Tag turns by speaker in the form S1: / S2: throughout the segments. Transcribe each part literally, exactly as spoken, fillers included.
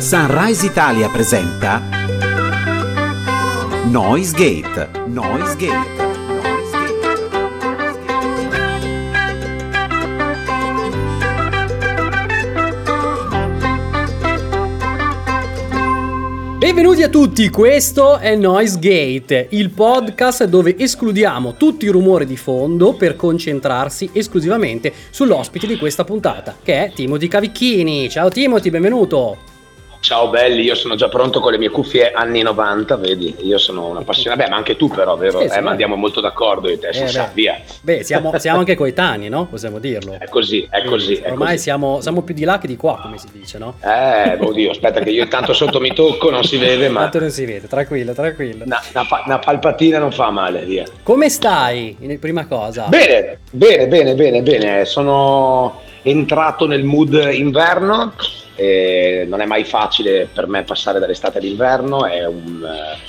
S1: Sunrise Italia presenta Noise Gate. Noise Gate.
S2: Benvenuti a tutti, questo è Noise Gate, il podcast dove escludiamo tutti i rumori di fondo per concentrarsi esclusivamente sull'ospite di questa puntata, che è Timothy Cavicchini. Ciao Timothy, benvenuto!
S3: Ciao belli, io sono già pronto con le mie cuffie anni novanta, vedi? Io sono un appassionato, beh, ma anche tu però, vero?
S2: Sì, sì,
S3: eh, ma andiamo molto d'accordo io e te, si
S2: eh,
S3: sa,
S2: beh.
S3: via.
S2: Beh, siamo, siamo anche coetanei, no? Possiamo dirlo.
S3: È così, è così. È
S2: Ormai
S3: così.
S2: Siamo, siamo più di là che di qua, come si dice, no?
S3: Eh, oddio, aspetta che io intanto sotto mi tocco, non si vede, ma
S2: Tanto non si vede, tranquillo, tranquillo.
S3: una, una, pa- una palpatina non fa male, via.
S2: Come stai, in prima cosa?
S3: Bene, bene, bene, bene, bene, sono entrato nel mood inverno. Eh, non è mai facile per me passare dall'estate all'inverno, è un,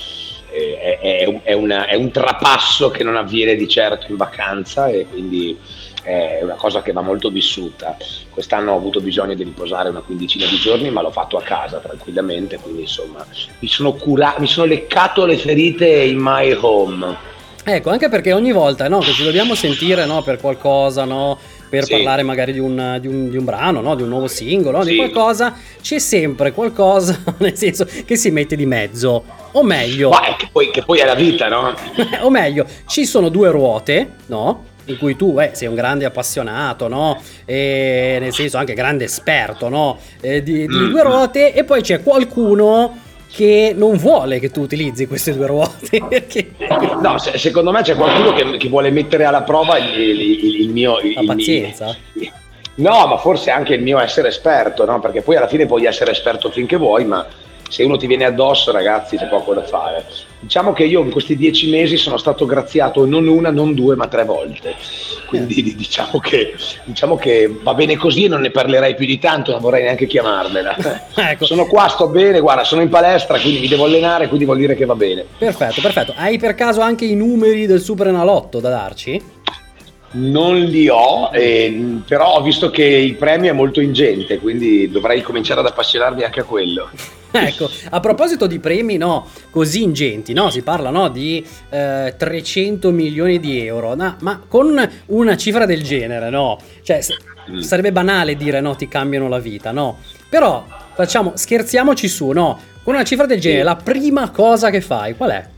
S3: eh, è, è, un, è, una, è un trapasso che non avviene di certo in vacanza e quindi è una cosa che va molto vissuta. Quest'anno ho avuto bisogno di riposare una quindicina di giorni, ma l'ho fatto a casa tranquillamente, quindi insomma mi sono, cura- mi sono leccato le ferite in my home.
S2: Ecco, anche perché ogni volta, no, che ci dobbiamo sentire, no, per qualcosa, no, per
S3: Sì.
S2: parlare magari di un, di, un, di un brano, no, di un nuovo singolo, no,
S3: Sì.
S2: di qualcosa, c'è sempre qualcosa, nel senso, che si mette di mezzo. O meglio,
S3: Ma è che poi, che poi è la vita, no?
S2: o meglio, ci sono due ruote, no? In cui tu eh, sei un grande appassionato, no? E nel senso anche grande esperto, no? Eh, di, di
S3: Mm.
S2: due ruote, e poi c'è qualcuno che non vuole che tu utilizzi queste due ruote perché
S3: No, se- secondo me c'è qualcuno che, che vuole mettere alla prova il, il- il- il mio... il-
S2: la
S3: il-
S2: pazienza.
S3: No, ma forse anche il mio essere esperto, no? Perché poi alla fine puoi essere esperto finché vuoi, ma se uno ti viene addosso, ragazzi, c'è poco da fare. Diciamo che io in questi dieci mesi sono stato graziato non una, non due, ma tre volte. Quindi diciamo che, diciamo che va bene così e non ne parlerei più di tanto, non vorrei neanche chiamarmela.
S2: Ecco.
S3: Sono qua, sto bene, guarda, sono in palestra, quindi mi devo allenare, quindi vuol dire che va bene.
S2: Perfetto, perfetto. Hai per caso anche i numeri del Super Enalotto da darci?
S3: Non li ho, eh, però ho visto che il premio è molto ingente, quindi dovrei cominciare ad appassionarmi anche a quello.
S2: Ecco, a proposito di premi, no, così ingenti, no, si parla, no, di eh, trecento milioni di euro, no, ma con una cifra del genere, no, cioè s-
S3: Mm.
S2: sarebbe banale dire, no, ti cambiano la vita, no, però facciamo, scherziamoci su, no, con una cifra del genere,
S3: Sì.
S2: la prima cosa che fai, qual è?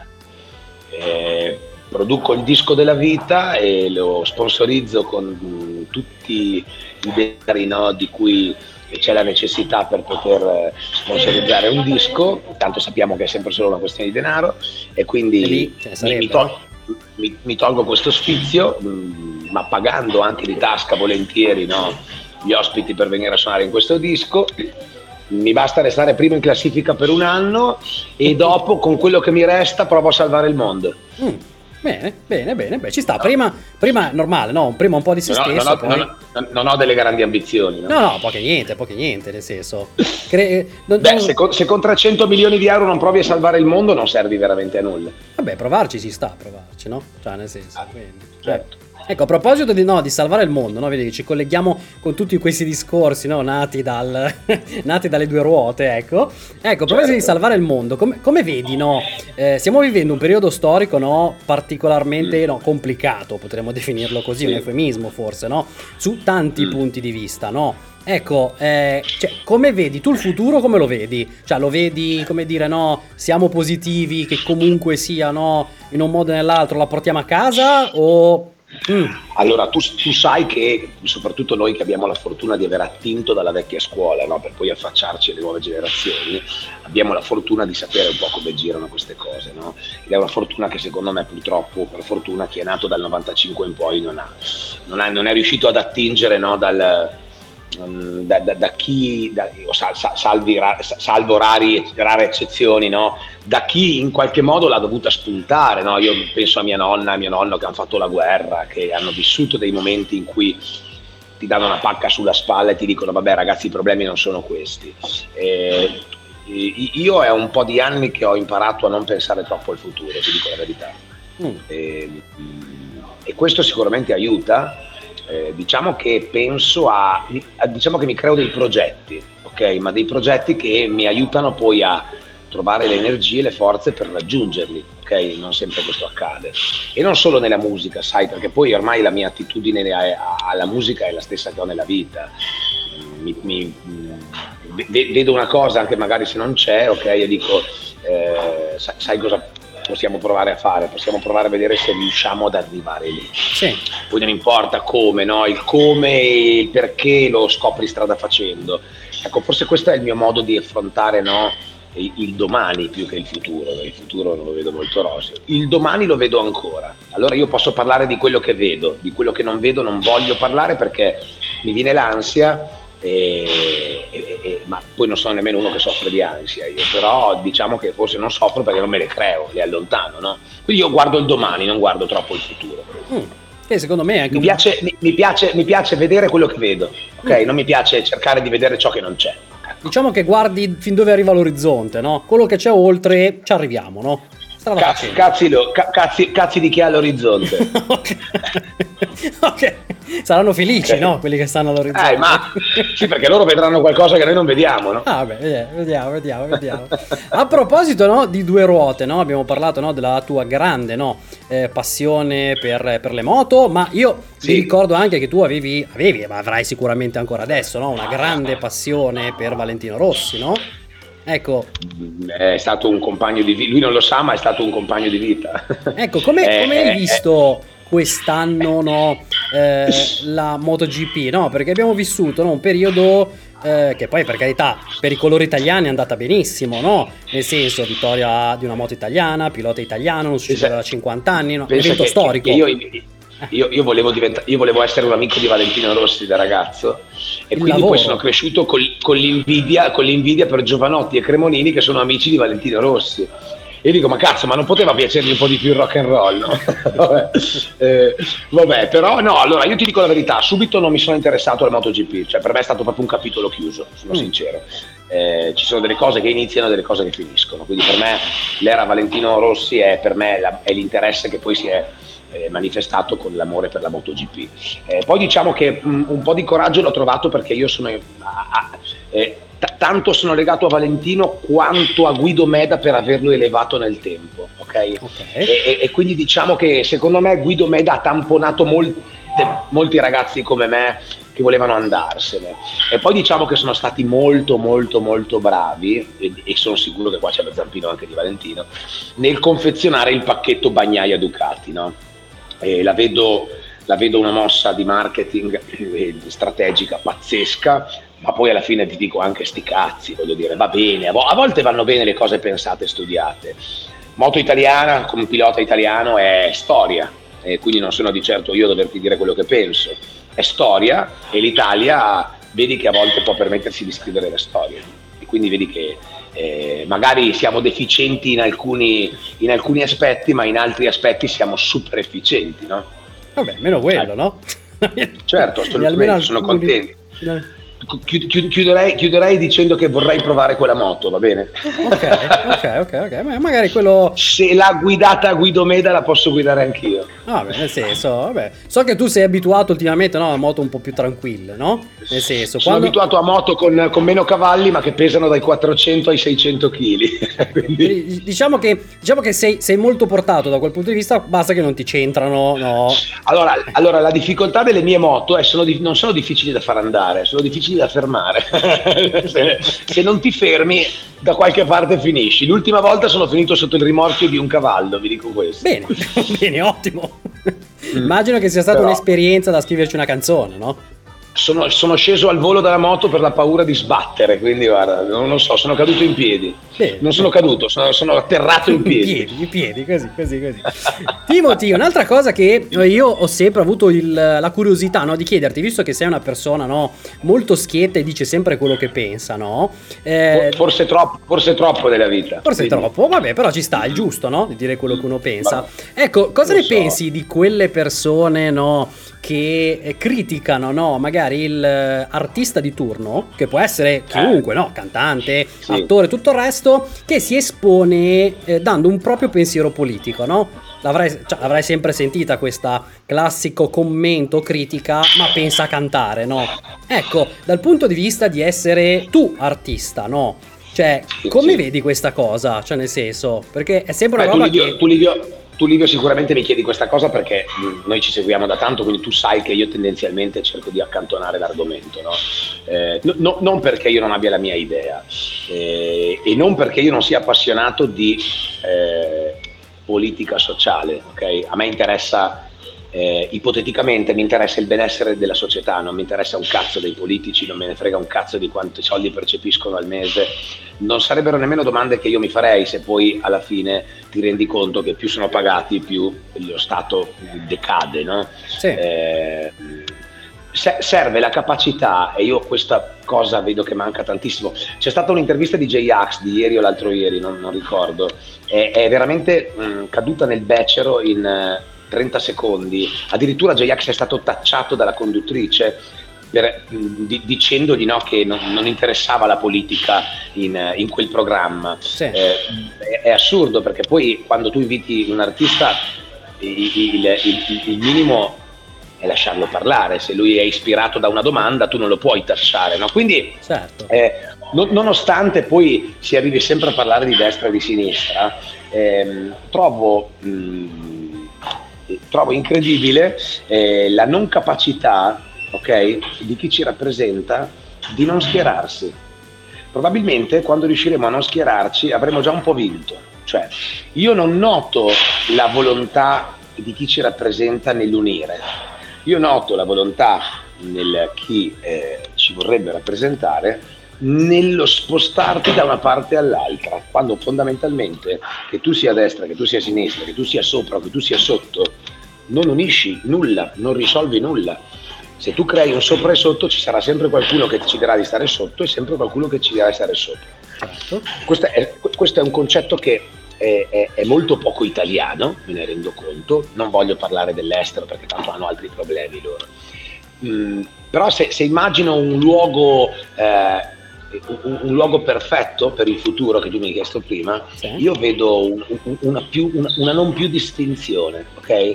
S3: Eh, produco il disco della vita e lo sponsorizzo con mm, tutti i denari, no, di cui c'è la necessità per poter eh, sponsorizzare un disco, tanto sappiamo che è sempre solo una questione di denaro e quindi
S2: E lì ce ne
S3: mi,
S2: sarebbe,
S3: mi tol- mi- mi tolgo questo sfizio, mm, ma pagando anche di tasca volentieri, no, gli ospiti per venire a suonare in questo disco. Mi basta restare primo in classifica per un anno e dopo con quello che mi resta provo a salvare il mondo.
S2: Mm, bene, bene, bene, beh, ci sta, prima, prima normale, no, prima un po' di se
S3: Non ho,
S2: stesso,
S3: non ho-
S2: poi...
S3: non ho- non ho delle grandi ambizioni, no?
S2: No, no, poche niente, poche niente, nel senso... Cre- non-
S3: Beh,
S2: non-
S3: se con, se con trecento milioni di euro non provi a salvare il mondo non servi veramente a nulla.
S2: Vabbè, provarci ci sta, provarci, no? Cioè, nel senso,
S3: Ah,
S2: quindi,
S3: certo.
S2: Ecco, a proposito di, no, di salvare il mondo, no? Vedi che ci colleghiamo con tutti questi discorsi, no? Nati, dal, nati dalle due ruote, ecco. Ecco, a proposito
S3: Certo.
S2: di salvare il mondo, come, come vedi, no? Eh, stiamo vivendo un periodo storico, no? Particolarmente no, complicato, potremmo definirlo così,
S3: Sì.
S2: un eufemismo forse, no? Su tanti
S3: Mm.
S2: punti di vista, no? Ecco, eh, cioè, come vedi tu il futuro, come lo vedi? Cioè, lo vedi, come dire, no, siamo positivi che comunque sia, no, in un modo o nell'altro la portiamo a casa o... Mm,
S3: Allora, tu, tu sai che, soprattutto noi che abbiamo la fortuna di aver attinto dalla vecchia scuola, no, per poi affacciarci alle nuove generazioni, abbiamo la fortuna di sapere un po' come girano queste cose, no? Ed è una fortuna che secondo me purtroppo, per fortuna, chi è nato dal novantacinque in poi non ha, non, ha, non è riuscito ad attingere, no, dal... Da, da, da chi, da, sal, sal, salvi, salvo rari, rare eccezioni, no? Da chi in qualche modo l'ha dovuta spuntare, no? Io penso a mia nonna e a mio nonno che hanno fatto la guerra, che hanno vissuto dei momenti in cui ti danno una pacca sulla spalla e ti dicono vabbè ragazzi i problemi non sono questi. E, io è un po' di anni che ho imparato a non pensare troppo al futuro, ti dico la verità. Mm. E, e questo sicuramente aiuta. Eh, diciamo che penso a, a, diciamo che mi creo dei progetti, ok? Ma dei progetti che mi aiutano poi a trovare le energie e le forze per raggiungerli, ok? Non sempre questo accade. E non solo nella musica, sai, perché poi ormai la mia attitudine alla musica è la stessa che ho nella vita. Mi, mi, vedo una cosa, anche magari se non c'è, ok? E dico, eh, sai, sai cosa possiamo provare a fare? Possiamo provare a vedere se riusciamo ad arrivare lì.
S2: Sì.
S3: Poi non importa come, no? Il come e il perché lo scopri strada facendo. Ecco, forse questo è il mio modo di affrontare, no? Il domani più che il futuro. Il futuro non lo vedo molto roseo, il domani lo vedo ancora. Allora io posso parlare di quello che vedo, di quello che non vedo non voglio parlare perché mi viene l'ansia, e, e, e, ma poi non sono nemmeno uno che soffre di ansia io, però diciamo che forse non soffro perché non me le creo, le allontano, no? Quindi io guardo il domani, non guardo troppo il futuro.
S2: Mm. Che secondo me è anche
S3: mi,
S2: un...
S3: piace, mi, mi, piace, mi piace vedere quello che vedo, ok?
S2: Mm.
S3: Non mi piace cercare di vedere ciò che non c'è.
S2: Diciamo che guardi fin dove arriva l'orizzonte, no? Quello che c'è oltre ci arriviamo, no?
S3: Cazzi, cazzi, lo, ca- cazzi, cazzi di chi ha all'orizzonte.
S2: Ok. Ok. Saranno felici,
S3: Okay.
S2: no? Quelli che stanno all'orizzonte.
S3: Eh, ma sì, perché loro vedranno qualcosa che noi non vediamo, no?
S2: Ah, beh, vediamo, vediamo, vediamo. A proposito, no, di due ruote, no? Abbiamo parlato, no, della tua grande, no, eh, passione per, per le moto, ma io
S3: Sì.
S2: mi ricordo anche che tu avevi, avevi, ma avrai sicuramente ancora adesso, no? Una grande passione per Valentino Rossi, no? Ecco.
S3: È stato un compagno di vita, lui non lo sa, ma è stato un compagno di vita.
S2: Ecco, come
S3: Eh,
S2: come hai
S3: eh,
S2: visto quest'anno, no, eh, la MotoGP, no? Perché abbiamo vissuto, no, un periodo eh, che poi, per carità, per i colori italiani è andata benissimo, no? Nel senso, vittoria di una moto italiana, pilota italiano, non succedeva da cinquanta anni, no?
S3: Pensa
S2: Evento
S3: che-
S2: storico.
S3: che io, io, io volevo diventa- io volevo essere un amico di Valentino Rossi da ragazzo e
S2: Il
S3: quindi
S2: lavoro.
S3: poi sono cresciuto col- con, l'invidia, con l'invidia per Giovanotti e Cremonini che sono amici di Valentino Rossi. E dico, ma cazzo, ma non poteva piacergli un po' di più il rock and roll, no? vabbè. Eh, vabbè, però no, allora io ti dico la verità, subito non mi sono interessato al MotoGP, cioè per me è stato proprio un capitolo chiuso, sono
S2: Mm.
S3: sincero. Eh, ci sono delle cose che iniziano e delle cose che finiscono, quindi per me l'era Valentino Rossi è per me la- è l'interesse che poi si è eh, manifestato con l'amore per la MotoGP. Eh, poi diciamo che mh, un po' di coraggio l'ho trovato perché io sono a- a- eh, t- tanto sono legato a Valentino quanto a Guido Meda per averlo elevato nel tempo, ok?
S2: Ok.
S3: E, e- e quindi diciamo che secondo me Guido Meda ha tamponato molte- molti ragazzi come me che volevano andarsene, e poi diciamo che sono stati molto molto molto bravi, e, e sono sicuro che qua c'è lo zampino anche di Valentino, nel confezionare il pacchetto Bagnaia Ducati, no? E la vedo, la vedo una mossa di marketing eh, strategica pazzesca, ma poi alla fine ti dico anche sti cazzi, voglio dire, va bene, a, vo- a volte vanno bene le cose pensate e studiate. Moto italiana con pilota italiano è storia, e quindi non sono di certo io a doverti dire quello che penso, è storia, e l'Italia vedi che a volte può permettersi di scrivere la storia, e quindi vedi che eh, magari siamo deficienti in alcuni, in alcuni aspetti, ma in altri aspetti siamo super efficienti, no?
S2: Vabbè, meno quello, no?
S3: Certo, assolutamente,
S2: Almeno
S3: sono
S2: alcuni-
S3: contento. Chi- chi- Chiuderei, chiuderei dicendo che vorrei provare quella moto, va bene?
S2: Ok, ok, ok, ok, ma magari quello...
S3: Se l'ha guidata Guido Meda la posso guidare anch'io.
S2: Vabbè, nel senso, vabbè. So che tu sei abituato ultimamente, no, a moto un po' più tranquille, no? Nel senso,
S3: Sono
S2: quando...
S3: abituato a moto con, con meno cavalli, ma che pesano dai quattrocento ai seicento chili. Quindi,
S2: Diciamo che, diciamo che sei, sei molto portato da quel punto di vista, basta che non ti centrano, no?
S3: allora, allora, la difficoltà delle mie moto è sono di- non sono difficili da far andare, sono difficili da fermare. se, se non ti fermi, da qualche parte finisci. L'ultima volta sono finito sotto il rimorchio di un cavallo, vi dico questo.
S2: Bene, bene, ottimo. Immagino che sia stata
S3: Però-
S2: un'esperienza da scriverci una canzone, no?
S3: Sono, sono sceso al volo dalla moto per la paura di sbattere, quindi guarda, non lo so, sono caduto in piedi.
S2: Bene.
S3: Non sono caduto, sono, sono atterrato in piedi.
S2: I piedi, i piedi, così, così, così. Timothy, un'altra cosa che io ho sempre avuto il- la curiosità, no, di chiederti, visto che sei una persona, no, molto schietta e dice sempre quello che pensa, no? Eh,
S3: Forse troppo, forse troppo della vita.
S2: Forse
S3: Quindi-
S2: troppo, vabbè, però ci sta, è giusto, no? Di dire quello che uno pensa.
S3: Ma-
S2: Ecco, cosa
S3: lo
S2: ne
S3: so.
S2: pensi di quelle persone, no? che eh, criticano, no, magari il eh, artista di turno, che può essere chiunque, no, cantante,
S3: Sì.
S2: attore, tutto il resto, che si espone eh, dando un proprio pensiero politico, no? L'avrai, cioè, l'avrai sempre sentita questa classico commento, critica, ma pensa a cantare, no? Ecco, dal punto di vista di essere tu artista, no? Cioè, come
S3: Sì.
S2: vedi questa cosa? Cioè, nel senso, perché è sempre una
S3: Beh, tu,
S2: roba
S3: Livio,
S2: che...
S3: tu, Livio, tu, Livio, sicuramente mi chiedi questa cosa perché mh, noi ci seguiamo da tanto, quindi tu sai che io tendenzialmente cerco di accantonare l'argomento, no? Eh, no- no- non perché io non abbia la mia idea eh, e non perché io non sia appassionato di eh, politica sociale, ok? A me interessa, eh, ipoteticamente, mi interessa il benessere della società, non mi interessa un cazzo dei politici, non me ne frega un cazzo di quanti soldi percepiscono al mese. Non sarebbero nemmeno domande che io mi farei se poi alla fine ti rendi conto che più sono pagati più lo Stato decade, no?
S2: Sì.
S3: Eh, se- serve la capacità, e io questa cosa vedo che manca tantissimo. C'è stata un'intervista di J-Ax di ieri o l'altro ieri, non, non ricordo, è, è veramente mh, caduta nel becero in eh, trenta secondi. Addirittura J-Ax è stato tacciato dalla conduttrice per, mh, di- dicendogli no, che non, non interessava la politica in, eh, in quel programma.
S2: Sì.
S3: Eh, è, è assurdo, perché poi quando tu inviti un artista il, il- il- il minimo è lasciarlo parlare. Se lui è ispirato da una domanda tu non lo puoi tacciare, no? Quindi
S2: Certo.
S3: eh, non- nonostante poi si arrivi sempre a parlare di destra e di sinistra, ehm, trovo, mh, trovo incredibile eh, la non capacità, ok, di chi ci rappresenta di non schierarsi. Probabilmente quando riusciremo a non schierarci avremo già un po' vinto. Cioè, io non noto la volontà di chi ci rappresenta nell'unire. Io noto la volontà nel chi eh, ci vorrebbe rappresentare nello spostarti da una parte all'altra, quando fondamentalmente che tu sia a destra, che tu sia a sinistra, che tu sia sopra o che tu sia sotto, non unisci nulla, non risolvi nulla. Se tu crei un sopra e sotto ci sarà sempre qualcuno che ci dirà di stare sotto e sempre qualcuno che ci dirà di stare sopra.
S2: Certo.
S3: Questo è, questo è un concetto che è, è, è molto poco italiano, me ne rendo conto. Non voglio parlare dell'estero perché tanto hanno altri problemi loro. Mm, però se, se immagino un luogo, eh, un, un luogo perfetto per il futuro che tu mi hai chiesto prima,
S2: Sì.
S3: io vedo un- un- una, più, una, una non più distinzione, ok? E,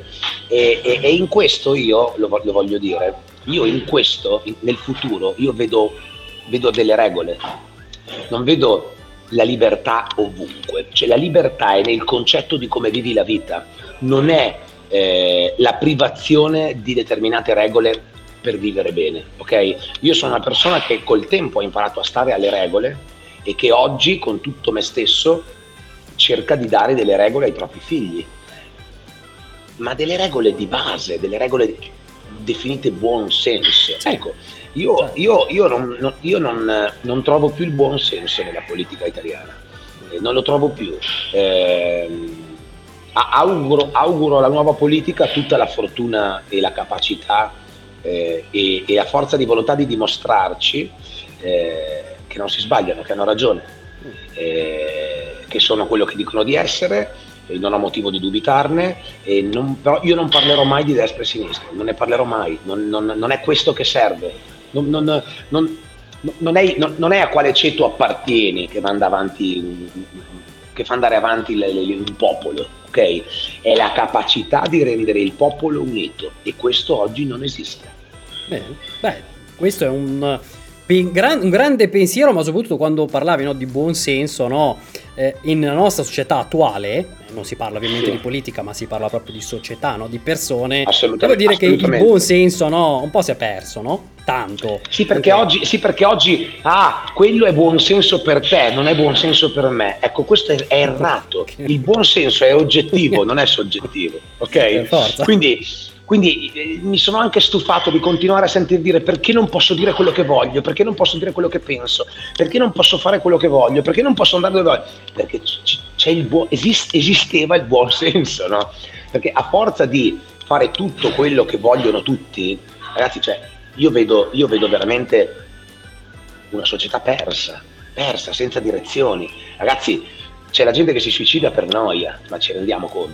S3: e- e in questo io, lo, vo- lo voglio dire, io in questo, in- nel futuro, io vedo, vedo delle regole, non vedo la libertà ovunque. Cioè la libertà è nel concetto di come vivi la vita, non è eh, la privazione di determinate regole per vivere bene, ok? Io sono una persona che col tempo ha imparato a stare alle regole e che oggi con tutto me stesso cerca di dare delle regole ai propri figli, ma delle regole di base, delle regole definite buon senso.
S2: Sì.
S3: Ecco, io,
S2: Certo.
S3: io, io, non, non- io non, non trovo più il buon senso nella politica italiana. Eh, non lo trovo più. Ehm, a- auguro, auguro alla nuova politica tutta la fortuna e la capacità eh, e, e la forza di volontà di dimostrarci eh, che non si sbagliano, che hanno ragione, eh, che sono quello che dicono di essere, e non ho motivo di dubitarne, e non- però io non parlerò mai di destra e sinistra, non ne parlerò mai, non, non- non è questo che serve, non, non- non- non è, non- non è a quale ceto appartieni che manda avanti, un- che fa andare avanti le- le- un popolo, ok? È la capacità di rendere il popolo unito, e questo oggi non esiste.
S2: Bene. Beh, questo è un, pe- gran- un grande pensiero, ma soprattutto quando parlavi, no, di buon senso, no? Eh, in la nostra società attuale, eh, non si parla ovviamente
S3: Sì.
S2: di politica, ma si parla proprio di società, no? Di persone.
S3: Assolutamente,
S2: Devo dire che il
S3: assolutamente.
S2: buon senso, no, un po' si è perso, no? Tanto.
S3: Sì perché, oggi, sì, perché oggi, ah, quello è buon senso per te, non è buon senso per me. Ecco, questo è, è errato. Il buon senso è oggettivo, non è soggettivo,
S2: Per
S3: ok?
S2: forza.
S3: Quindi, quindi eh, mi sono anche stufato di continuare a sentir dire perché non posso dire quello che voglio, perché non posso dire quello che penso, perché non posso fare quello che voglio, perché non posso andare dove voglio, perché c- c'è il buon, esist- esisteva il buon senso, no? Perché a forza di fare tutto quello che vogliono tutti, ragazzi, cioè, io vedo, io vedo veramente una società persa, persa, senza direzioni. Ragazzi, c'è la gente che si suicida per noia, ma ci rendiamo conto?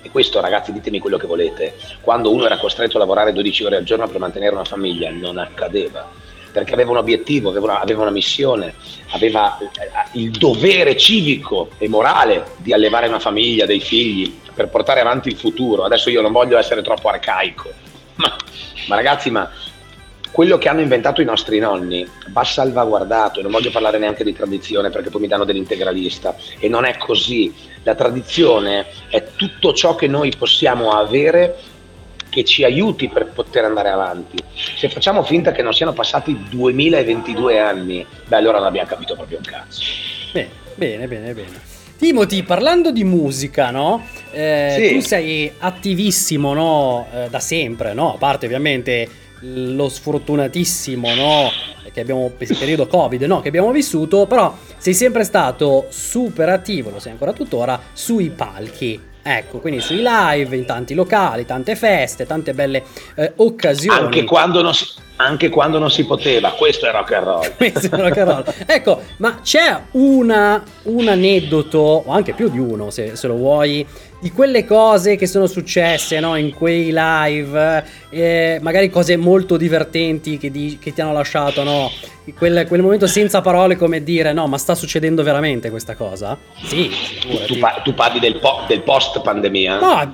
S3: E questo, ragazzi, ditemi quello che volete, quando uno era costretto a lavorare dodici ore al giorno per mantenere una famiglia non accadeva, perché aveva un obiettivo, aveva una, aveva una missione, aveva il dovere civico e morale di allevare una famiglia, dei figli, per portare avanti il futuro. Adesso io non voglio essere troppo arcaico, ma, ma ragazzi, ma quello che hanno inventato i nostri nonni va salvaguardato, e non voglio parlare neanche di tradizione perché poi mi danno dell'integralista, e non è così. La tradizione è tutto ciò che noi possiamo avere che ci aiuti per poter andare avanti. Se facciamo finta che non siano passati duemilaventidue anni, beh, allora non abbiamo capito proprio un cazzo.
S2: Bene, bene, bene, bene. Timothy, parlando di musica, no? Eh,
S3: Sì.
S2: Tu sei attivissimo, no? Eh, da sempre, no? A parte ovviamente lo sfortunatissimo, no? Che abbiamo, il periodo Covid, no? Che abbiamo vissuto, però sei sempre stato super attivo, lo sei ancora tuttora, sui palchi. Ecco, quindi sui live, in tanti locali, tante feste, tante belle eh, occasioni.
S3: Anche quando, non si, anche quando non si poteva, questo è rock and roll.
S2: Questo è rock and roll. Ecco, ma c'è una, un aneddoto, o anche più di uno se, se lo vuoi, di quelle cose che sono successe, no, in quei live, eh, magari cose molto divertenti che, di, che ti hanno lasciato, no? Quel, quel momento senza parole, come dire, no, ma sta succedendo veramente questa cosa? Sì,
S3: Tu, pa- tu parli del, po- del post pandemia?
S2: No,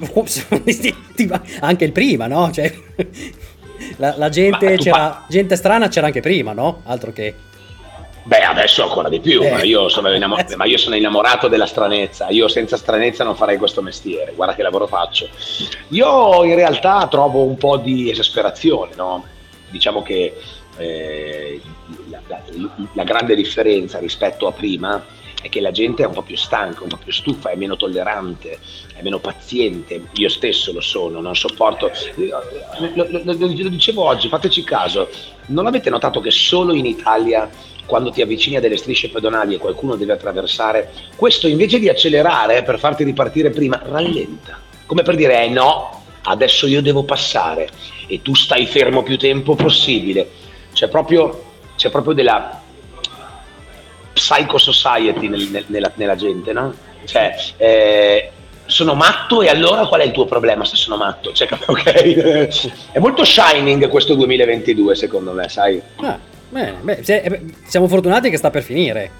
S2: anche il prima, no? Cioè, la, la gente, c'era,
S3: pa-
S2: gente strana c'era anche prima, no? Altro che...
S3: Beh, adesso ancora di più,
S2: Eh.
S3: ma, io sono innamor- ma io sono innamorato della stranezza. Io senza stranezza non farei questo mestiere. Guarda che lavoro faccio. Io in realtà trovo un po' di esasperazione, no? Diciamo che eh, la, la, la grande differenza rispetto a prima è che la gente è un po' più stanca, un po' più stufa, è meno tollerante, è meno paziente. Io stesso lo sono, non sopporto. Lo, lo, lo, lo dicevo oggi, fateci caso, non avete notato che solo in Italia, quando ti avvicini a delle strisce pedonali e qualcuno deve attraversare, questo invece di accelerare per farti ripartire prima, rallenta, come per dire, eh no, adesso io devo passare e tu stai fermo più tempo possibile. C'è proprio, c'è proprio della psycho society nel, nel, nella, nella gente, no? Cioè, eh, sono matto e allora qual è il tuo problema se sono matto? Cioè, ok, è molto Shining questo duemilaventidue secondo me, sai?
S2: Ah, bene, beh, se- siamo fortunati che sta per finire.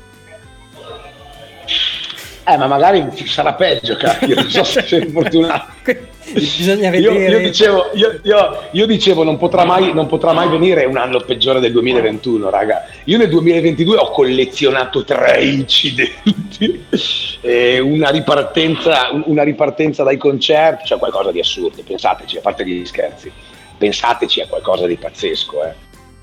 S3: Eh, ma magari sarà peggio, cacchio, non so se sei fortunato.
S2: Bisogna
S3: Io,
S2: vedere.
S3: io dicevo, io, io, io dicevo non, potrà mai, non potrà mai venire un anno peggiore del duemilaventuno, raga. Io nel duemilaventidue ho collezionato tre incidenti, e una ripartenza, una ripartenza dai concerti, cioè qualcosa di assurdo. Pensateci, a parte gli scherzi, pensateci a qualcosa di pazzesco, eh.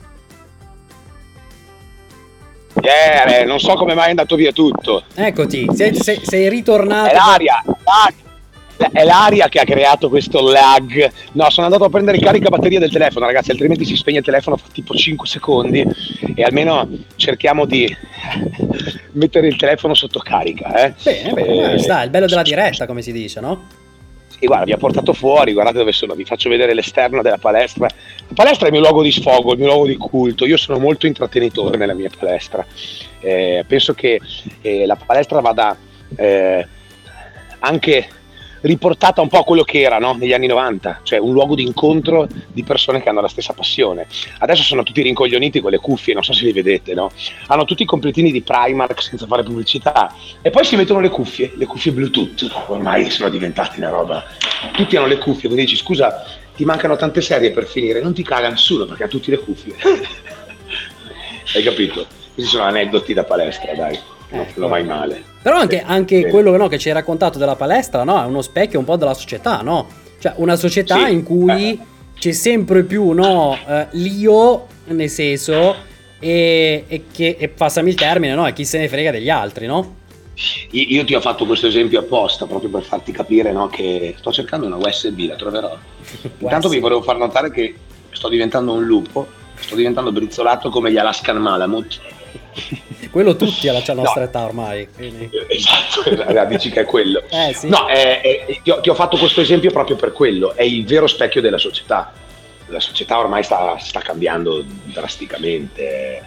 S3: Eh, non so come mai è andato via tutto.
S2: Eccoti, sei, sei, sei ritornato.
S3: È l'aria, l'aria, è l'aria che ha creato questo lag. No, sono andato a prendere il caricabatteria del telefono, ragazzi, altrimenti si spegne il telefono fa tipo cinque secondi, e almeno cerchiamo di mettere il telefono sotto carica, eh.
S2: Bene, bene, eh, sta, il bello della diretta, come si dice, no?
S3: E guarda, vi ho portato fuori, guardate dove sono, vi faccio vedere l'esterno della palestra. La palestra è il mio luogo di sfogo, il mio luogo di culto. Io sono molto intrattenitore nella mia palestra. Eh, penso che eh, la palestra vada eh, anche riportata un po' a quello che era, no? Negli anni novanta, cioè un luogo di incontro di persone che hanno la stessa passione. Adesso sono tutti rincoglioniti con le cuffie, non so se li vedete, no? Hanno tutti i completini di Primark senza fare pubblicità, e poi si mettono le cuffie, le cuffie Bluetooth, ormai sono diventati una roba. Tutti hanno le cuffie, quindi dici scusa, ti mancano tante serie per finire, non ti caga nessuno perché ha tutti le cuffie. Hai capito? Questi sono aneddoti da palestra, dai, non
S2: Ecco.
S3: non vai male.
S2: Però anche, anche
S3: Bene.
S2: quello, no, che ci hai raccontato della palestra, no? È uno specchio un po' della società, no? Cioè una società
S3: Sì.
S2: in cui c'è sempre più, no, eh, l'io, nel senso, e, e che, e passami il termine, no? E chi se ne frega degli altri, no?
S3: Io io ti ho fatto questo esempio apposta proprio per farti capire, no, che sto cercando una U S B, la troverò. Intanto vi volevo far notare che sto diventando un lupo, sto diventando brizzolato come gli Alaskan Malamut.
S2: Quello tutti alla
S3: No.
S2: nostra età ormai. Quindi.
S3: Esatto, dici che è quello.
S2: Eh, sì.
S3: No, è- è- ti, ho, ti ho fatto questo esempio proprio per quello, è il vero specchio della società. La società ormai sta, sta cambiando drasticamente,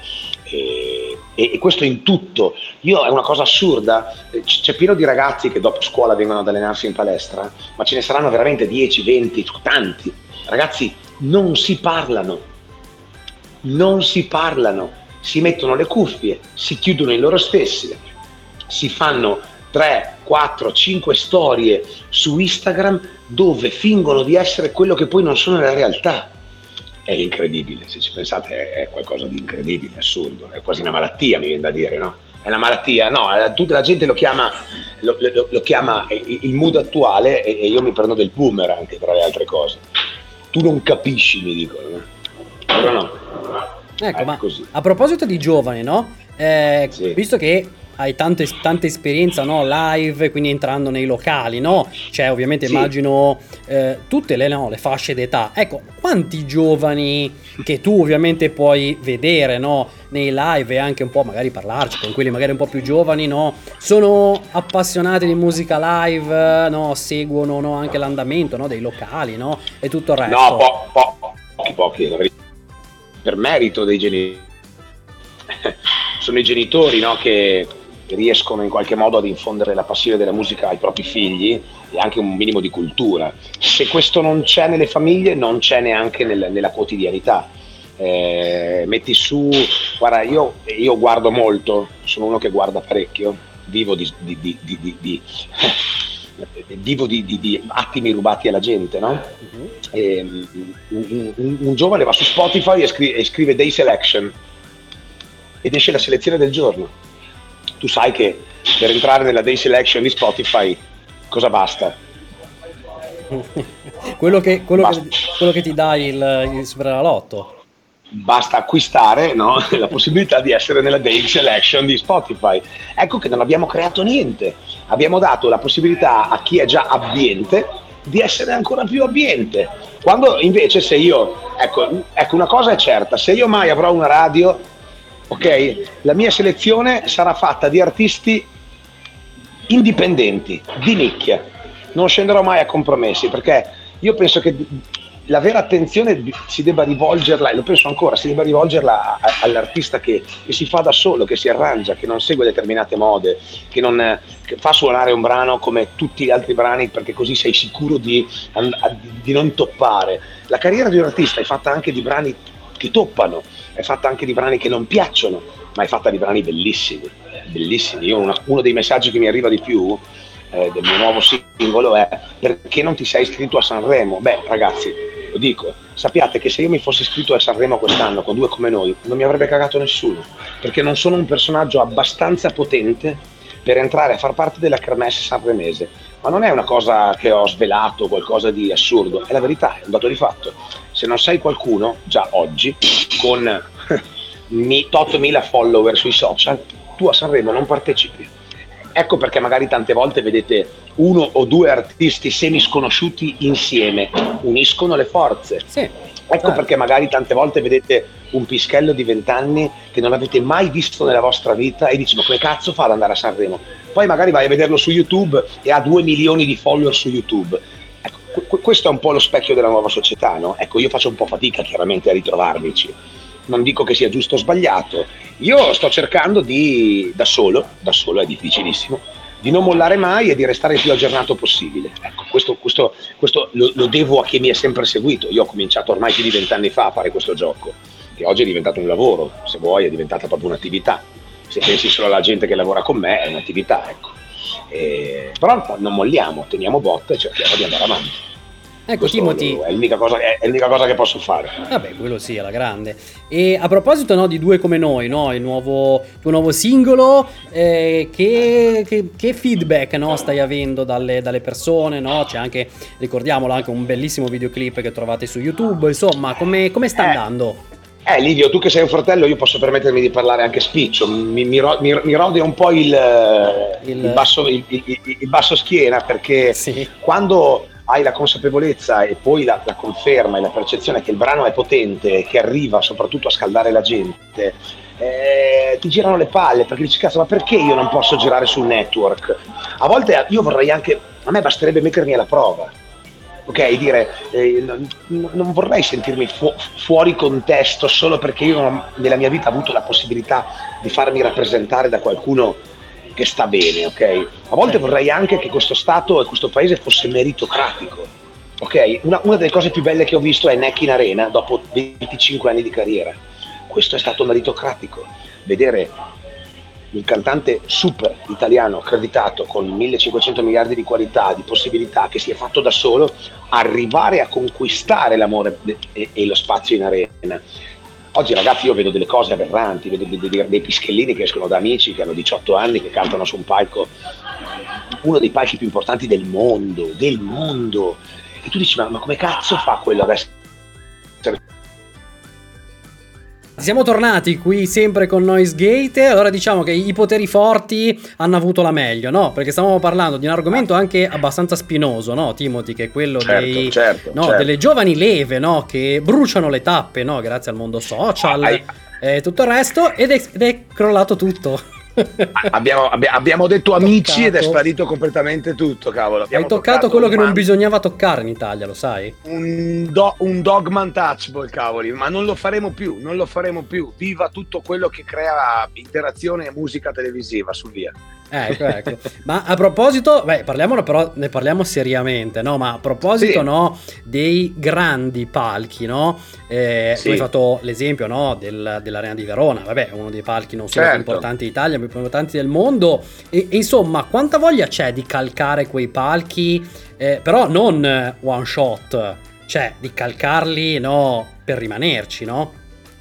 S3: E, e, e questo in tutto. Io è una cosa assurda, c'è pieno di ragazzi che dopo scuola vengono ad allenarsi in palestra, ma ce ne saranno veramente dieci, venti, tanti. Ragazzi, non si parlano, non si parlano, si mettono le cuffie, si chiudono in loro stessi, si fanno tre, quattro, cinque storie su Instagram dove fingono di essere quello che poi non sono nella realtà. È incredibile, se ci pensate è qualcosa di incredibile, assurdo, è quasi una malattia, mi viene da dire, no? È una malattia, no, tutta la gente lo chiama, lo, lo, lo chiama il mood attuale e io mi prendo del boomer anche tra le altre cose. Tu non capisci, mi dicono, no? Però no.
S2: Ecco,
S3: è
S2: ma
S3: così.
S2: A proposito di giovani, no? Eh,
S3: Sì.
S2: Visto che hai tante, tanta esperienza, no? Live, quindi entrando nei locali, no? Cioè, ovviamente
S3: Sì.
S2: immagino eh, tutte le, no, le fasce d'età. Ecco, quanti giovani che tu ovviamente puoi vedere, no? Nei live e anche un po' magari parlarci con quelli magari un po' più giovani, no? Sono appassionati di musica live, no? Seguono, no? Anche l'andamento, no? Dei locali, no? E tutto il resto.
S3: No, po- po- pochi, pochi, la verità. Per merito dei genitori. Sono i genitori, no, che riescono in qualche modo ad infondere la passione della musica ai propri figli e anche un minimo di cultura. Se questo non c'è nelle famiglie, non c'è neanche nel, nella quotidianità. Eh, metti su, guarda, io, io guardo molto, sono uno che guarda parecchio, vivo di, di, di, di, di, di vivo di, di, di attimi rubati alla gente, no? Uh-huh. E, un, un, un giovane va su Spotify e scrive, e scrive Day Selection ed esce la selezione del giorno. Tu sai che per entrare nella Day Selection di Spotify cosa basta?
S2: quello, che, quello,
S3: basta.
S2: Che, quello che ti dà il, il Superenalotto.
S3: Basta acquistare, no? La possibilità di essere nella Day Selection di Spotify. Ecco che non abbiamo creato niente, abbiamo dato la possibilità a chi è già abbiente di essere ancora più abbiente. Quando invece se io, ecco, ecco una cosa è certa, se io mai avrò una radio, ok, la mia selezione sarà fatta di artisti indipendenti, di nicchia, non scenderò mai a compromessi, perché io penso che la vera attenzione si debba rivolgerla, e lo penso ancora, si debba rivolgerla all'artista che, che si fa da solo, che si arrangia, che non segue determinate mode, che, non, che fa suonare un brano come tutti gli altri brani perché così sei sicuro di, di non toppare. La carriera di un artista è fatta anche di brani che toppano, è fatta anche di brani che non piacciono, ma è fatta di brani bellissimi, bellissimi. Io una, uno dei messaggi che mi arriva di più eh, del mio nuovo singolo è: perché non ti sei iscritto a Sanremo? Beh ragazzi, lo dico, sappiate che se io mi fossi iscritto a Sanremo quest'anno con due come noi non mi avrebbe cagato nessuno, perché non sono un personaggio abbastanza potente per entrare a far parte della kermesse sanremese. Ma non è una cosa che ho svelato, qualcosa di assurdo, è la verità, è un dato di fatto. Se non sei qualcuno, già oggi, con ottomila follower sui social, tu a Sanremo non partecipi. Ecco perché magari tante volte vedete uno o due artisti semi sconosciuti insieme, uniscono le forze.
S2: Sì,
S3: ecco
S2: certo.
S3: Perché magari tante volte vedete un pischello di vent'anni che non avete mai visto nella vostra vita e dici: ma come cazzo fa ad andare a Sanremo? Poi magari vai a vederlo su YouTube e ha due milioni di follower su YouTube. Ecco, questo è un po' lo specchio della nuova società, no? Ecco, io faccio un po' fatica chiaramente a ritrovarmici. Non dico che sia giusto o sbagliato, io sto cercando di, da solo, da solo è difficilissimo, di non mollare mai e di restare il più aggiornato possibile. Ecco, questo, questo, questo lo, lo devo a chi mi ha sempre seguito. Io ho cominciato ormai più di vent'anni fa a fare questo gioco, che oggi è diventato un lavoro, se vuoi è diventata proprio un'attività. Se pensi solo alla gente che lavora con me, è un'attività, ecco. E, però non molliamo, teniamo botta e cerchiamo di andare avanti.
S2: Ecco,
S3: Questo
S2: Timothy,
S3: è l'unica cosa, è l'unica cosa che posso fare.
S2: vabbè, quello sì, alla grande. E a proposito, no, di Due come noi, no, il nuovo, tuo nuovo singolo, eh, che, che, che feedback, no, stai avendo dalle, dalle persone, no? C'è anche, ricordiamolo, anche un bellissimo videoclip che trovate su YouTube. Insomma, come, come sta
S3: Eh.
S2: andando?
S3: Eh Livio, tu che sei un fratello, io posso permettermi di parlare anche spiccio, mi, mi, ro- mi, mi rode un po' il,
S2: Il-
S3: il, basso, il, il- il basso schiena, perché
S2: Sì.
S3: quando hai la consapevolezza e poi la, la conferma e la percezione che il brano è potente, che arriva soprattutto a scaldare la gente, eh, ti girano le palle, perché dici: cazzo, ma perché io non posso girare sul network? A volte io vorrei anche, a me basterebbe mettermi alla prova. ok? Dire eh, non, non vorrei sentirmi fu- fuori contesto solo perché io non- nella mia vita ho avuto la possibilità di farmi rappresentare da qualcuno che sta bene, ok? A volte
S2: Sì.
S3: vorrei anche che questo Stato e questo paese fosse meritocratico, ok? Una, una delle cose più belle che ho visto è Neck in Arena dopo venticinque anni di carriera. Questo è stato meritocratico, vedere il cantante super italiano accreditato con millecinquecento miliardi di qualità, di possibilità, che si è fatto da solo, arrivare a conquistare l'amore de- e, e lo spazio in arena. Oggi ragazzi io vedo delle cose aberranti, vedo dei, dei, dei pischellini che escono da amici che hanno diciotto anni, che cantano su un palco, uno dei palchi più importanti del mondo, del mondo. E tu dici ma, ma come cazzo fa quello ad essere...
S2: Siamo tornati qui sempre con Noise Gate. Allora diciamo che i poteri forti hanno avuto la meglio, no? Perché stavamo parlando di un argomento anche abbastanza spinoso, no, Timothy? Che è quello
S3: Certo,
S2: dei,
S3: certo,
S2: no,
S3: certo.
S2: delle giovani leve, no? Che bruciano le tappe, no? Grazie al mondo social
S3: Hai-
S2: e tutto il resto. Ed è, ed è crollato tutto.
S3: Abbiamo, abbia- abbiamo detto amici ed è
S2: Toccato.
S3: sparito completamente tutto, cavolo.
S2: Hai
S3: Abbiamo
S2: toccato quello
S3: un
S2: che non
S3: man-
S2: bisognava toccare in Italia, lo sai?
S3: un, do- un dogman touchable, cavoli, ma non lo faremo più, non lo faremo più. Viva tutto quello che crea interazione e musica televisiva, su via.
S2: Ecco, ecco. Ma a proposito, beh, parliamone però, ne parliamo seriamente, no? Ma a proposito,
S3: Sì.
S2: no, dei grandi palchi, no? Eh,
S3: Sì.
S2: Tu hai fatto l'esempio, no, del- dell'Arena di Verona, vabbè, uno dei palchi non solo più
S3: Certo.
S2: importanti d'Italia, ma più importanti del mondo. E, e insomma, quanta voglia c'è di calcare quei palchi, eh, però non eh, one shot, cioè di calcarli, no, per rimanerci, no?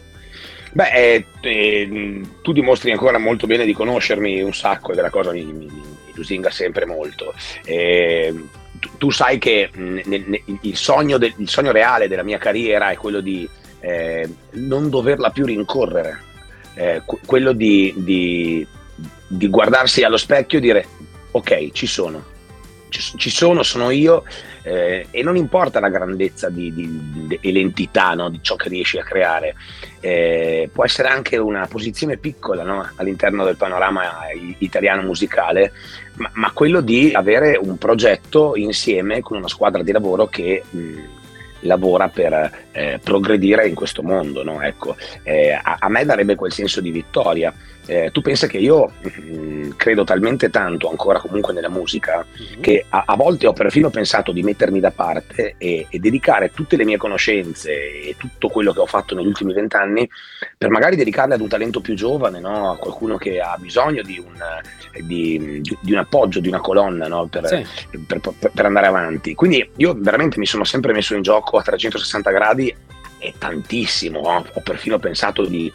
S3: Beh, eh, eh, tu dimostri ancora molto bene di conoscermi un sacco e della cosa mi, mi, mi lusinga sempre molto. Eh, tu, tu sai che mh, nel- nel- il, sogno del- il sogno reale della mia carriera è quello di eh, non doverla più rincorrere, eh, que- quello di, di- di guardarsi allo specchio e dire ok, ci sono, ci, ci sono, sono io. Eh, e non importa la grandezza di, di- di- e l'entità, no, di ciò che riesci a creare, eh, può essere anche una posizione piccola, no, all'interno del panorama i- italiano musicale, ma, ma quello di avere un progetto insieme con una squadra di lavoro che mh, lavora per eh, progredire in questo mondo, no? Ecco, eh, a, a me darebbe quel senso di vittoria. Eh, tu pensa che io mh, credo talmente tanto ancora comunque nella musica che a, a volte ho perfino pensato di mettermi da parte e, e dedicare tutte le mie conoscenze e tutto quello che ho fatto negli ultimi vent'anni per magari dedicarle ad un talento più giovane, no? A qualcuno che ha bisogno di un, di, di- di un appoggio, di una colonna, no? per,
S2: Sì.
S3: per, per- per andare avanti. Quindi io veramente mi sono sempre messo in gioco a trecentosessanta gradi e tantissimo, ho, ho perfino pensato di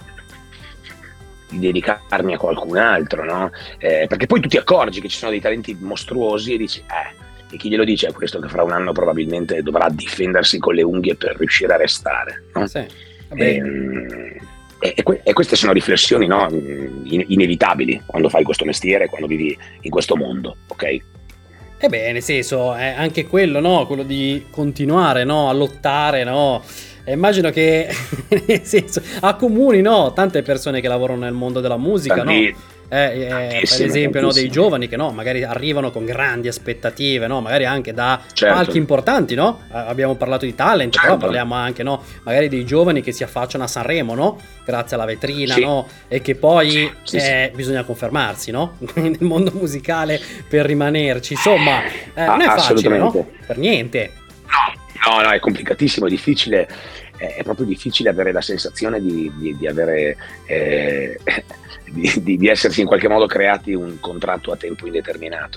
S3: di dedicarmi a qualcun altro, no? Eh, perché poi tu ti accorgi che ci sono dei talenti mostruosi e dici, eh, e chi glielo dice è questo che fra un anno probabilmente dovrà difendersi con le unghie per riuscire a restare, no?
S2: Sì. Vabbè.
S3: E, e, e que- e queste sono riflessioni, no, in- inevitabili quando fai questo mestiere, quando vivi in questo mondo, ok?
S2: E beh, nel senso, è anche quello, no? Quello di continuare, no? A lottare, no? E immagino che, nel senso, accomuni, no? Tante persone che lavorano nel mondo della musica,
S3: Tanti-
S2: no? Eh, eh, per
S3: tantissime,
S2: esempio, no, dei
S3: tantissime.
S2: giovani che, no? Magari arrivano con grandi aspettative, no? Magari anche da
S3: Certo.
S2: palchi importanti, no? Eh, Abbiamo parlato di talent, però
S3: Certo.
S2: parliamo anche, no? Magari dei giovani che si affacciano a Sanremo, no? Grazie alla vetrina,
S3: Sì.
S2: no? E che poi
S3: Sì, sì,
S2: eh, bisogna confermarsi, no? Nel mondo musicale per rimanerci. Insomma, eh, non è
S3: Ah,
S2: facile, no?
S3: assolutamente.
S2: Per niente.
S3: No, no, è complicatissimo, è difficile, è è proprio difficile avere la sensazione di, di- di avere, eh, di, di- di essersi in qualche modo creati un contratto a tempo indeterminato.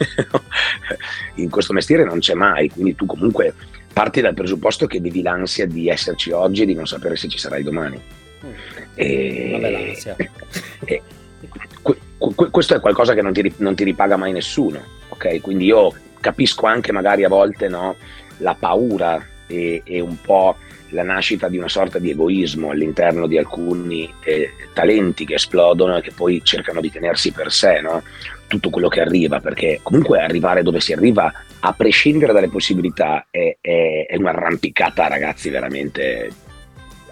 S3: In questo mestiere non c'è mai, quindi tu comunque parti dal presupposto che vivi l'ansia di esserci oggi e di non sapere se ci sarai domani. E-
S2: Una bella ansia.
S3: e- que- que- questo è qualcosa che non ti, ri- non ti ripaga mai nessuno, ok? Quindi io capisco anche magari a volte, no, la paura e, e un po' la nascita di una sorta di egoismo all'interno di alcuni eh, talenti che esplodono e che poi cercano di tenersi per sé, no? Tutto quello che arriva, perché comunque arrivare dove si arriva, a prescindere dalle possibilità, è, è, è un'arrampicata, ragazzi, veramente ah,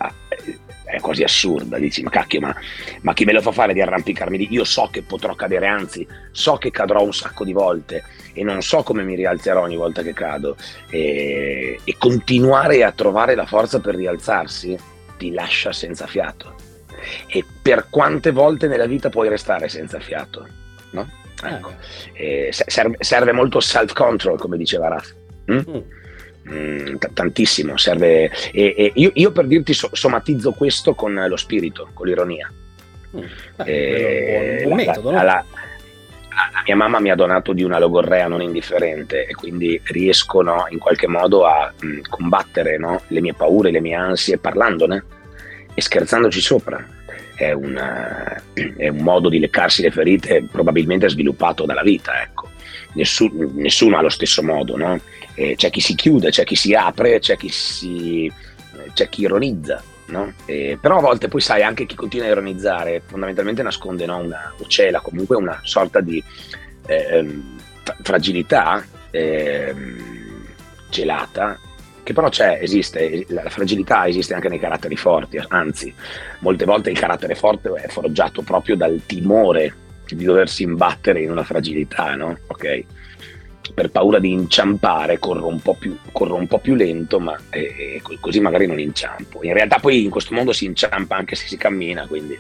S3: è quasi assurda, dici ma cacchio, ma, ma chi me lo fa fare di arrampicarmi lì? Io so che potrò cadere, anzi so che cadrò un sacco di volte e non so come mi rialzerò ogni volta che cado, e, e continuare a trovare la forza per rialzarsi ti lascia senza fiato. E per quante volte nella vita puoi restare senza fiato, no? Ecco. Eh, serve, serve molto self control, come diceva Raf. Mm? Mm. Mm, t- tantissimo serve, e, e io, io per dirti so- somatizzo questo con lo spirito, con l'ironia.
S2: Mm. Beh,
S3: eh,
S2: buon, buon
S3: la,
S2: metodo,
S3: la,
S2: no?
S3: la, la, la mia mamma mi ha donato di una logorrea non indifferente e quindi riesco, no, in qualche modo a mh, combattere, no, le mie paure, le mie ansie parlandone e scherzandoci sopra. È, una, è un modo di leccarsi le ferite probabilmente sviluppato dalla vita, ecco. Nessun, nessuno ha lo stesso modo, no? Eh, c'è chi si chiude, c'è chi si apre, c'è chi si c'è chi ironizza, no? Eh, però a volte poi sai, anche chi continua a ironizzare fondamentalmente nasconde, no, una, o cela comunque una sorta di eh, fragilità eh, celata, che però c'è, esiste, la fragilità esiste anche nei caratteri forti, anzi molte volte il carattere forte è forgiato proprio dal timore di doversi imbattere in una fragilità, no? Ok? Per paura di inciampare corro un po' più, corro un po' più lento, ma eh, così magari non inciampo. In realtà poi in questo mondo si inciampa anche se si cammina, quindi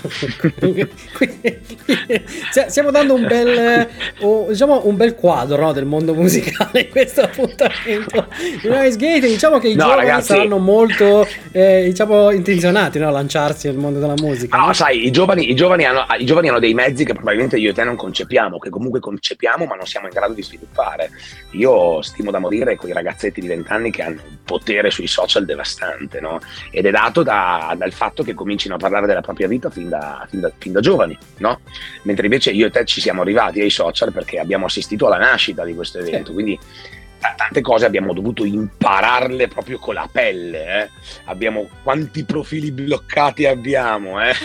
S2: stiamo dando un bel uh, diciamo un bel quadro, no, del mondo musicale in questo appuntamento di Noise Gate. Diciamo che i
S3: no,
S2: giovani
S3: ragazzi,
S2: saranno molto eh, diciamo intenzionati, no, a lanciarsi nel mondo della musica.
S3: No,
S2: no?
S3: sai, i giovani, i, giovani hanno, i giovani hanno dei mezzi che probabilmente io e te non concepiamo, che comunque concepiamo ma non siamo in grado di sviluppare. Io stimo da morire quei ragazzetti di vent'anni che hanno un potere sui social devastante, no? Ed è dato da, dal fatto che comincino a parlare della propria vita fin da, fin da, fin da giovani, no? Mentre invece io e te ci siamo arrivati ai social perché abbiamo assistito alla nascita di questo evento, sì. Quindi t- tante cose abbiamo dovuto impararle proprio con la pelle, eh? Abbiamo quanti profili bloccati abbiamo, eh?